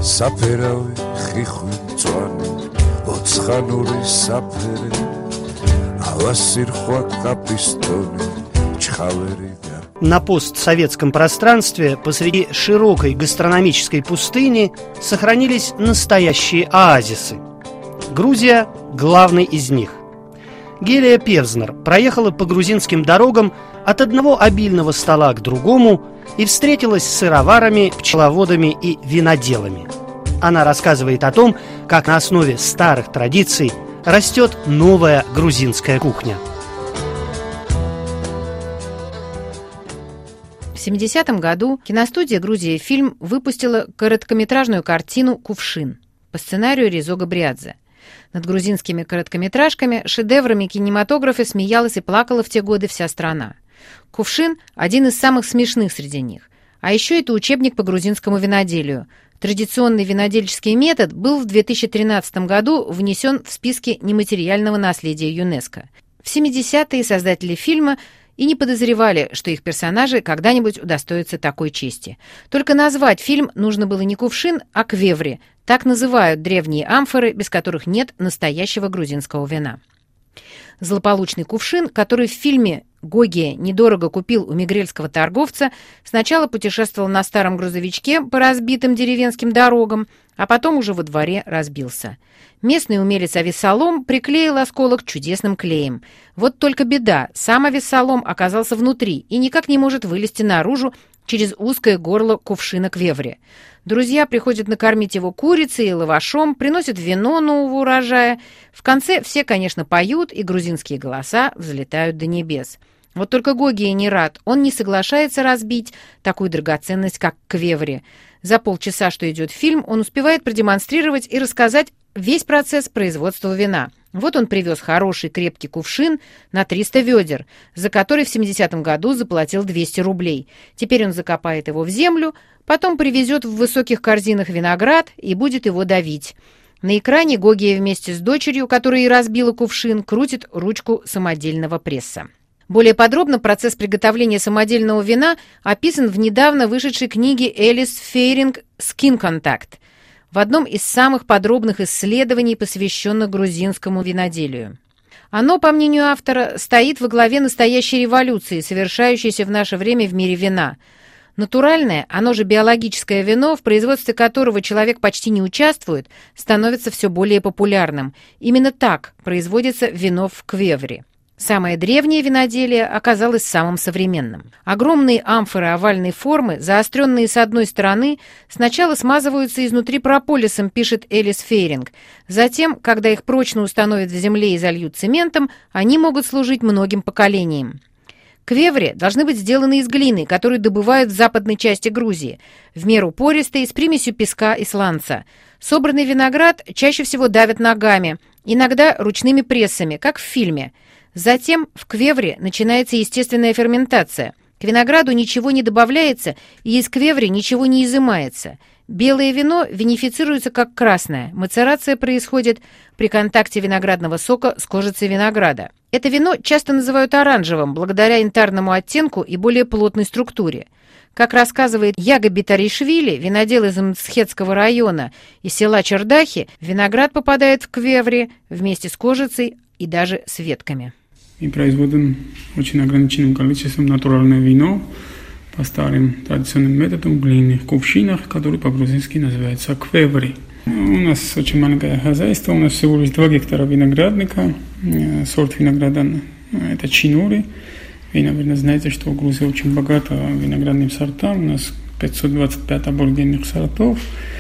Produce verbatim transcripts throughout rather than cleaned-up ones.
საფერავი ხიხვი მწვანე ოცხანური საფერე ავასირხვა კაპისტონი ჩხავერი. На постсоветском пространстве посреди широкой гастрономической пустыни сохранились настоящие оазисы. Грузия – главный из них. Гелия Певзнер проехала по грузинским дорогам от одного обильного стола к другому и встретилась с сыроварами, пчеловодами и виноделами. Она рассказывает о том, как на основе старых традиций растет новая грузинская кухня. В семидесятом году киностудия «Грузия Фильм» выпустила короткометражную картину «Кувшин» по сценарию Резо Габриадзе. Над грузинскими короткометражками, шедеврами кинематографа смеялась и плакала в те годы вся страна. «Кувшин» – один из самых смешных среди них. А еще это учебник по грузинскому виноделию. Традиционный винодельческий метод был в две тысячи тринадцатом году внесен в списки нематериального наследия ЮНЕСКО. В семидесятые создатели фильма и не подозревали, что их персонажи когда-нибудь удостоятся такой чести. Только назвать фильм нужно было не «Кувшин», а «Квеври». Так называют древние амфоры, без которых нет настоящего грузинского вина. Злополучный кувшин, который в фильме Гогия недорого купил у мегрельского торговца, сначала путешествовал на старом грузовичке по разбитым деревенским дорогам, а потом уже во дворе разбился. Местный умелец Авессалом приклеил осколок чудесным клеем. Вот только беда, сам Авессалом оказался внутри и никак не может вылезти наружу через узкое горло кувшина Квеври. Друзья приходят накормить его курицей и лавашом, приносят вино нового урожая. В конце все, конечно, поют, и грузинские голоса взлетают до небес. Вот только Гогия не рад, он не соглашается разбить такую драгоценность, как Квеври. За полчаса, что идет фильм, он успевает продемонстрировать и рассказать весь процесс производства вина. Вот он привез хороший крепкий кувшин на триста ведер, за который в семидесятом году заплатил двести рублей. Теперь он закопает его в землю, потом привезет в высоких корзинах виноград и будет его давить. На экране Гогия вместе с дочерью, которая и разбила кувшин, крутит ручку самодельного пресса. Более подробно процесс приготовления самодельного вина описан в недавно вышедшей книге Элис Фейринг «Skin Contact», в одном из самых подробных исследований, посвященных грузинскому виноделию. Оно, по мнению автора, стоит во главе настоящей революции, совершающейся в наше время в мире вина. Натуральное, оно же биологическое вино, в производстве которого человек почти не участвует, становится все более популярным. Именно так производится вино в Квеври. Самое древнее виноделие оказалось самым современным. Огромные амфоры овальной формы, заостренные с одной стороны, сначала смазываются изнутри прополисом, пишет Элис Фейринг. Затем, когда их прочно установят в земле и зальют цементом, они могут служить многим поколениям. Квеври должны быть сделаны из глины, которую добывают в западной части Грузии, в меру пористой, с примесью песка и сланца. Собранный виноград чаще всего давят ногами, иногда ручными прессами, как в фильме. Затем в Квеври начинается естественная ферментация. К винограду ничего не добавляется, и из Квеври ничего не изымается. Белое вино винифицируется как красное. Мацерация происходит при контакте виноградного сока с кожицей винограда. Это вино часто называют оранжевым, благодаря янтарному оттенку и более плотной структуре. Как рассказывает Яга Битаришвили, винодел из Мцхетского района и села Чердахи, виноград попадает в Квеври вместе с кожицей и даже с ветками. Мы производим очень ограниченным количеством натуральное вино по старым традиционным методам в глиняных кувшинах, который по-грузински называется квеври. У нас очень маленькое хозяйство, у нас всего лишь два гектара виноградника, сорт винограда это чинури. Вы, наверное, знаете, что Грузия очень богата виноградным сортам, у нас пятьсот двадцать пять аборигенных сортов.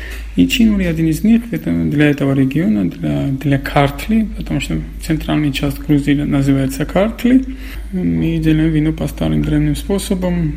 И чинури один из них это для этого региона, для, для Картли, потому что центральная часть Грузии называется Картли. Мы делаем вино по старым древним способам,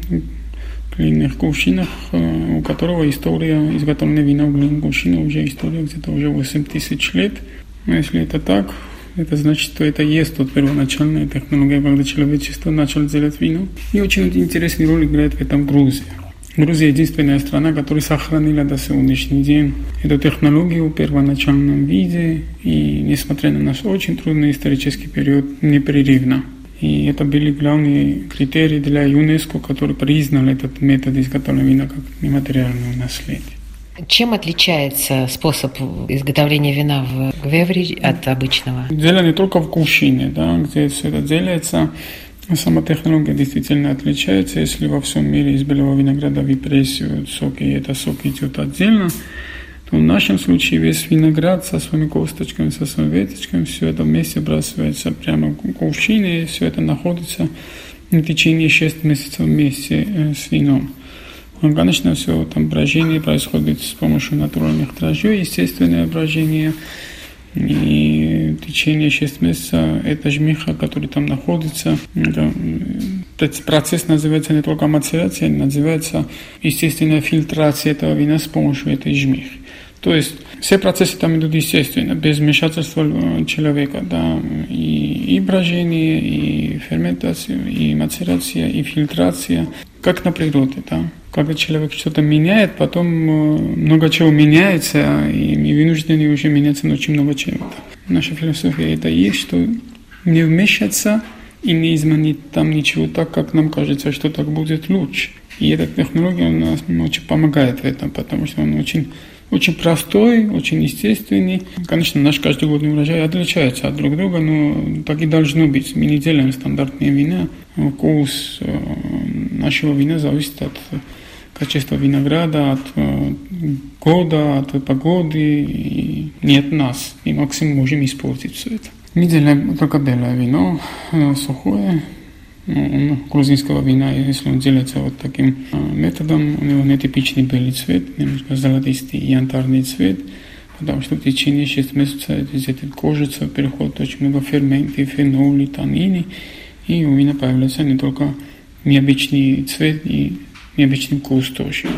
в глиняных кувшинах, у которого история изготовления вина в глиняных кувшинах уже история где-то уже восемь тысяч лет. Но если это так, это значит, что это есть тот первоначальная технология, когда человечество начало делать вино. И очень интересный роль играет в этом Грузия. Грузия единственная страна, которая сохранила до сегодняшний день эту технологию в первоначальном виде, и несмотря на наш очень трудный исторический период, непрерывно. И это были главные критерии для ЮНЕСКО, который признал этот метод изготовления вина как нематериальное наследие. Чем отличается способ изготовления вина в Гвеври от обычного? Дело не только в кувшине, да, где все это делается. Сама технология действительно отличается. Если во всем мире из белого винограда выпресивают соки, и этот сок идет отдельно, то в нашем случае весь виноград со своими косточками, со своими веточками, все это вместе бросается прямо в кувшине, и все это находится в течение шести месяцев вместе с вином. Конечно, все там брожение происходит с помощью натуральных дрожжей, естественное брожение. И в течение шести месяцев эта жмиха, которая там находится, этот процесс называется не только мацерация, называется естественная фильтрация этого вина с помощью этой жмихи. То есть все процессы там идут естественно, без вмешательства человека. Да, и, и брожение, и ферментация, и мацерация, и фильтрация, как на природе. Да. Когда человек что-то меняет, потом много чего меняется, и мы вынуждены уже меняться на очень много чего. Наша философия это и есть, что не вмешаться и не изменить там ничего так, как нам кажется, что так будет лучше. И эта технология нас очень помогает в этом, потому что он очень, очень простой, очень естественный. Конечно, наш каждогодный урожай отличается от друг друга, но так и должно быть. Мы не делаем стандартные вина. Вкус нашего вина зависит от качества винограда, от года, от погоды, и не от нас. И максимум можем испортить все это. Мы делаем только белое вино, сухое. Ну, грузинского вина, если он делается вот таким методом, у него нетипичный белый цвет, немножко золотистый янтарный цвет, потому что в течение шести месяцев из этой кожицы переходит очень много ферментов, феноли, танины, и у вина появляется не только необычный цвет и необычный вкус тоже.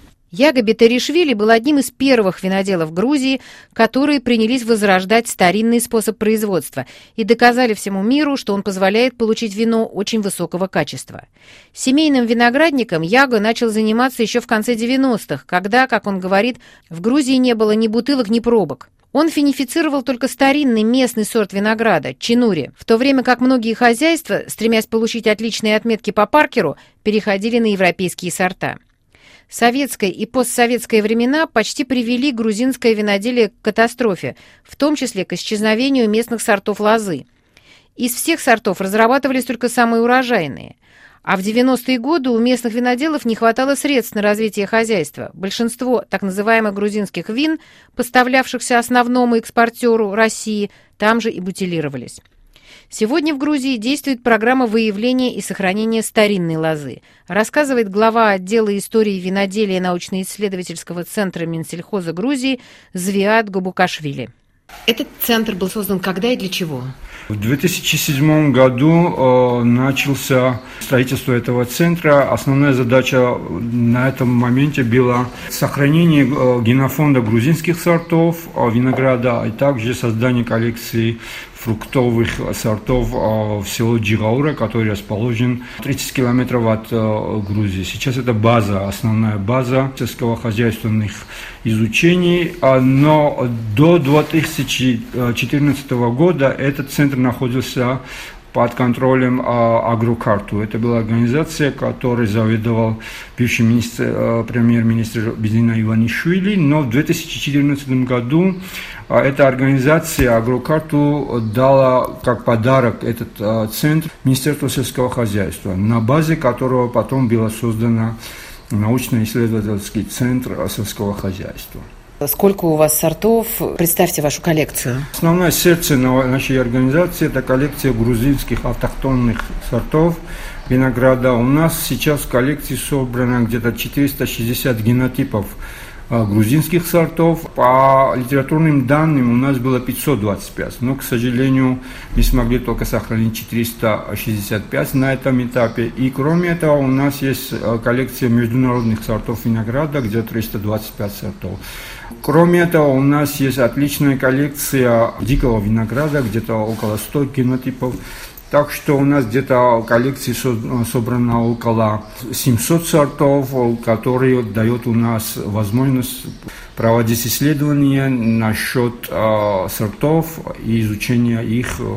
Яго Бетеришвили был одним из первых виноделов Грузии, которые принялись возрождать старинный способ производства и доказали всему миру, что он позволяет получить вино очень высокого качества. Семейным виноградником Яго начал заниматься еще в конце девяностых, когда, как он говорит, в Грузии не было ни бутылок, ни пробок. Он финифицировал только старинный местный сорт винограда – чинури, в то время как многие хозяйства, стремясь получить отличные отметки по Паркеру, переходили на европейские сорта. Советское и постсоветское времена почти привели грузинское виноделие к катастрофе, в том числе к исчезновению местных сортов лозы. Из всех сортов разрабатывались только самые урожайные. А в девяностые годы у местных виноделов не хватало средств на развитие хозяйства. Большинство так называемых грузинских вин, поставлявшихся основному экспортеру России, там же и бутилировались. Сегодня в Грузии действует программа выявления и сохранения старинной лозы, рассказывает глава отдела истории виноделия научно-исследовательского центра Минсельхоза Грузии Звиат Гобукашвили. Этот центр был создан когда и для чего? В две тысячи седьмом году э, начался строительство этого центра. Основная задача на этом моменте была сохранение э, генофонда грузинских сортов э, винограда, и также создание коллекции фруктовых сортов в село Джигаура, который расположен тридцать километров от Грузии. Сейчас это база, основная база сельскохозяйственных изучений, но до две тысячи четырнадцатого года этот центр находился под контролем Агрокарту. Это была организация, которой заведовал бывший министр, премьер-министр Бизина Иванишвили, но в две тысячи четырнадцатом году эта организация Агрокарту дала как подарок этот центр Министерству сельского хозяйства, на базе которого потом был создан научно-исследовательский центр сельского хозяйства. Сколько у вас сортов? Представьте вашу коллекцию. Основное сердце нашей организации – это коллекция грузинских автохтонных сортов винограда. У нас сейчас в коллекции собрано где-то четыреста шестьдесят генотипов грузинских сортов. По литературным данным у нас было пятьсот двадцать пять, но, к сожалению, мы смогли только сохранить четыреста шестьдесят пять на этом этапе. И кроме этого у нас есть коллекция международных сортов винограда, где триста двадцать пять сортов. Кроме этого, у нас есть отличная коллекция дикого винограда, где-то около ста генотипов. Так что у нас где-то в коллекции собрано около семисот сортов, которые дают у нас возможность проводить исследования насчет э, сортов и изучения их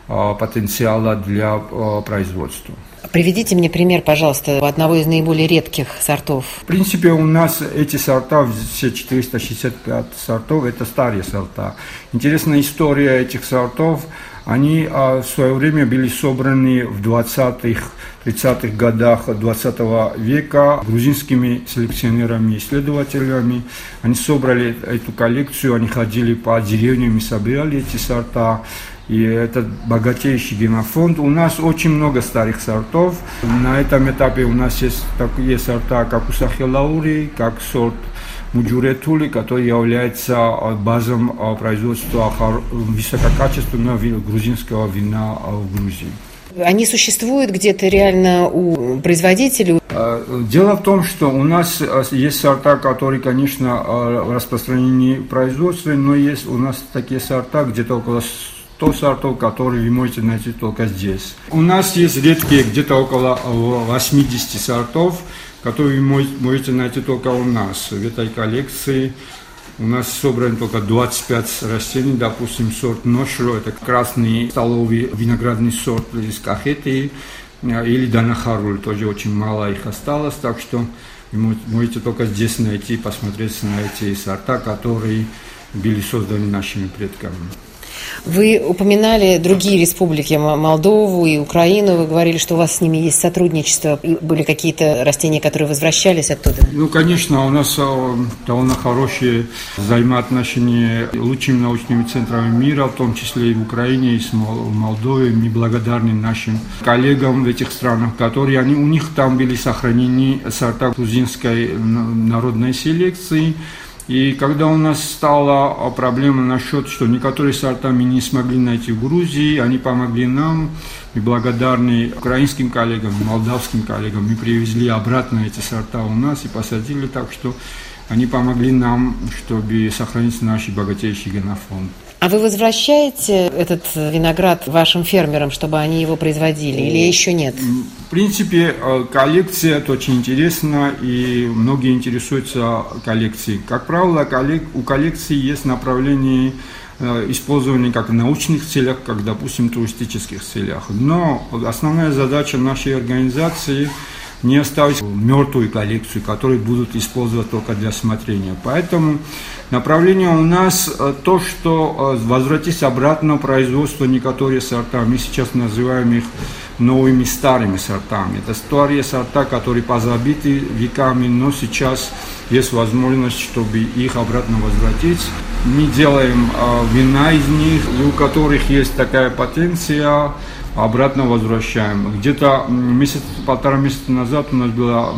потенциала для производства. Приведите мне пример, пожалуйста, одного из наиболее редких сортов. В принципе, у нас эти сорта, все четыреста шестьдесят пять сортов, это старые сорта. Интересная история этих сортов. Они в свое время были собраны в двадцатых-тридцатых годах двадцатого века грузинскими селекционерами, исследователями. Они собрали эту коллекцию, они ходили по деревням и собирали эти сорта. И это богатейший генофонд. У нас очень много старых сортов. На этом этапе у нас есть такие сорта, как Усахи-Лаури, как сорт Муджуретули, который является базой производства высококачественного грузинского вина в Грузии. Они существуют где-то реально у производителей? Дело в том, что у нас есть сорта, которые, конечно, распространены в производстве, но есть у нас такие сорта, где-то около сто сортов, которые вы можете найти только здесь. У нас есть редкие где-то около восемьдесят сортов, которые вы можете найти только у нас. В этой коллекции у нас собрано только двадцать пять растений, допустим, сорт Ношро, это красный столовый виноградный сорт из Кахеты, или Данахаруль, тоже очень мало их осталось, так что вы можете только здесь найти, посмотреть на эти сорта, которые были созданы нашими предками. Вы упоминали другие республики, Молдову и Украину. Вы говорили, что у вас с ними есть сотрудничество. И были какие-то растения, которые возвращались оттуда? Ну, конечно, у нас довольно хорошие взаимоотношения с лучшими научными центрами мира, в том числе и в Украине, и в Молдове. Мы благодарны нашим коллегам в этих странах, которые они, у них там были сохранены сорта грузинской народной селекции. И когда у нас стала проблема насчет, что некоторые сорта мы не смогли найти в Грузии, они помогли нам, мы благодарны украинским коллегам, молдавским коллегам, мы привезли обратно эти сорта у нас и посадили, так что они помогли нам, чтобы сохранить наш богатейший генофонд. А вы возвращаете этот виноград вашим фермерам, чтобы они его производили, или еще нет? В принципе, коллекция – это очень интересно, и многие интересуются коллекцией. Как правило, у коллекции есть направление использования как в научных целях, как, допустим, в туристических целях. Но основная задача нашей организации – не оставить мертвую коллекцию, которую будут использовать только для смотрения. Поэтому направление у нас то, что возвратить обратно производство некоторые сорта. Мы сейчас называем их новыми старыми сортами. Это старые сорта, которые позабиты веками, но сейчас есть возможность, чтобы их обратно возвратить. Мы делаем вина из них, у которых есть такая потенция, обратно возвращаем. Где-то месяц, полтора месяца назад у нас был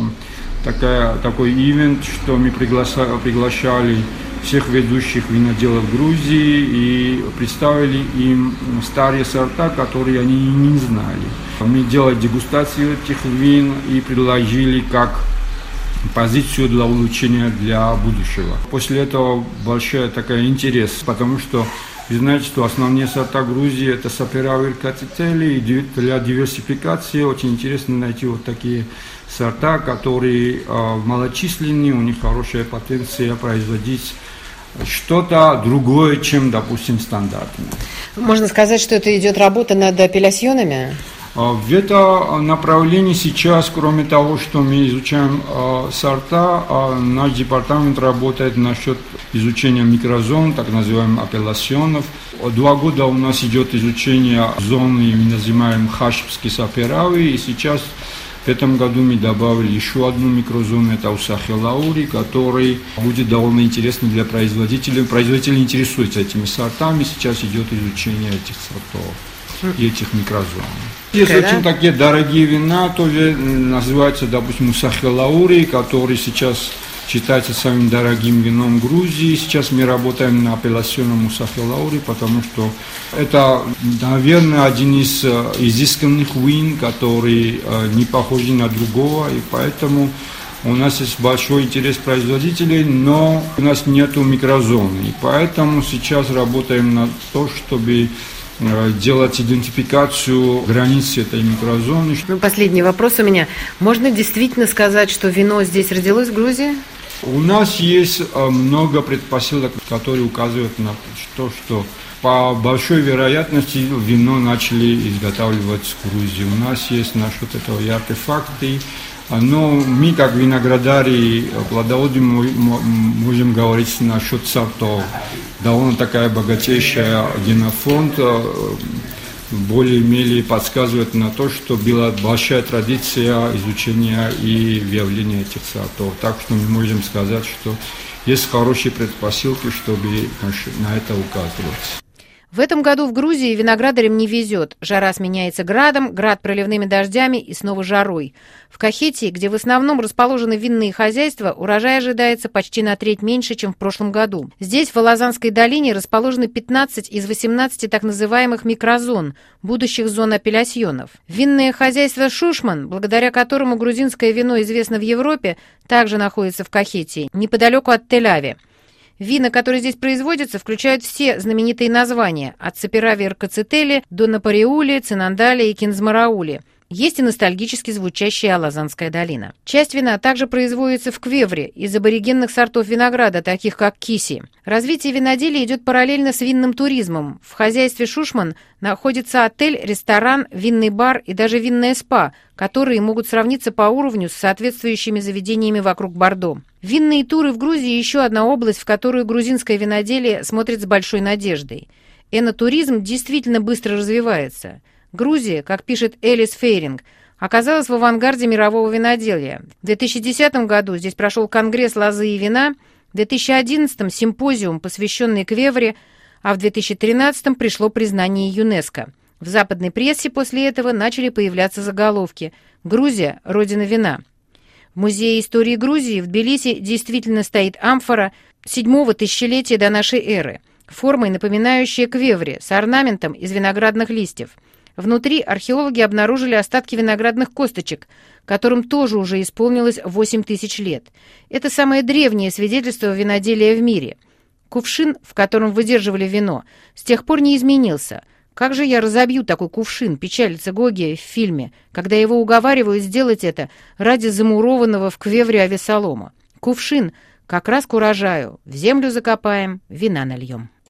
такой ивент, что мы приглашали, приглашали всех ведущих виноделов Грузии и представили им старые сорта, которые они не знали. Мы делали дегустацию этих вин и предложили как позицию для улучшения для будущего. После этого большой такой интерес, потому что вы знаете, что основные сорта Грузии – это Саперавир Кацители, и для диверсификации очень интересно найти вот такие сорта, которые э, малочисленные, у них хорошая потенция производить что-то другое, чем, допустим, стандартное. Можно сказать, что это идет работа над апелляционами? В это направлении сейчас, кроме того, что мы изучаем э, сорта, э, наш департамент работает насчет изучения микрозон, так называемых апелляционов. Два года у нас идет изучение зоны, мы называем Хашипский Саперавы, и сейчас в этом году мы добавили еще одну микрозону, это Усахи-Лаури, который будет довольно интересный для производителей. Производители интересуются этими сортами, сейчас идет изучение этих сортов и этих микрозон. Есть okay, очень да? такие дорогие вина, тоже называются, допустим, Усахи-Лаури, который сейчас считается самым дорогим вином Грузии. Сейчас мы работаем на апелляционном Усахи-Лаури, потому что это, наверное, один из изысканных вин, который не похож на другого, и поэтому у нас есть большой интерес производителей, но у нас нету микрозоны, и поэтому сейчас работаем на то, чтобы делать идентификацию границ этой микрозоны. Ну, последний вопрос у меня. Можно действительно сказать, что вино здесь родилось в Грузии? У нас есть много предпосылок, которые указывают на то, что по большой вероятности вино начали изготавливать в Грузии. У нас есть насчет этого яркие факты. Но мы, как виноградари, плодоводы, можем говорить насчет сортов. Довольно такая богатейшая генофонд, более-менее подсказывает на то, что была большая традиция изучения и выявления этих сортов. Так что мы можем сказать, что есть хорошие предпосылки, чтобы на это указывать. В этом году в Грузии виноградарям не везет. Жара сменяется градом, град проливными дождями и снова жарой. В Кахетии, где в основном расположены винные хозяйства, урожай ожидается почти на треть меньше, чем в прошлом году. Здесь, в Алазанской долине, расположены пятнадцать из восемнадцати так называемых микрозон, будущих зон апеллясьонов. Винное хозяйство «Шушман», благодаря которому грузинское вино известно в Европе, также находится в Кахетии, неподалеку от Тель-Ави. Вина, которые здесь производятся, включают все знаменитые названия, от Цаперави Ркацители до Напариули, Цинандаля и Кинзмараули. Есть и ностальгически звучащая Алазанская долина. Часть вина также производится в Квевре из аборигенных сортов винограда, таких как киси. Развитие виноделия идет параллельно с винным туризмом. В хозяйстве «Шушман» находится отель, ресторан, винный бар и даже винное спа, которые могут сравниться по уровню с соответствующими заведениями вокруг Бордо. Винные туры в Грузии – еще одна область, в которую грузинское виноделие смотрит с большой надеждой. Энотуризм действительно быстро развивается. Грузия, как пишет Элис Фейринг, оказалась в авангарде мирового виноделия. В две тысячи десятом году здесь прошел конгресс лозы и вина, в две тысячи одиннадцатом симпозиум, посвященный Квевре, а в две тысячи тринадцатом пришло признание ЮНЕСКО. В западной прессе после этого начали появляться заголовки «Грузия – родина вина». В Музее истории Грузии в Тбилиси действительно стоит амфора седьмого тысячелетия до нашей эры, формой напоминающая квеври, с орнаментом из виноградных листьев. Внутри археологи обнаружили остатки виноградных косточек, которым тоже уже исполнилось восемь тысяч лет. Это самое древнее свидетельство виноделия в мире. Кувшин, в котором выдерживали вино, с тех пор не изменился. «Как же я разобью такой кувшин», — печалится Гогия в фильме, когда его уговаривают сделать это ради замурованного в квевре Авесолома. Кувшин как раз к урожаю. В землю закопаем, вина нальем.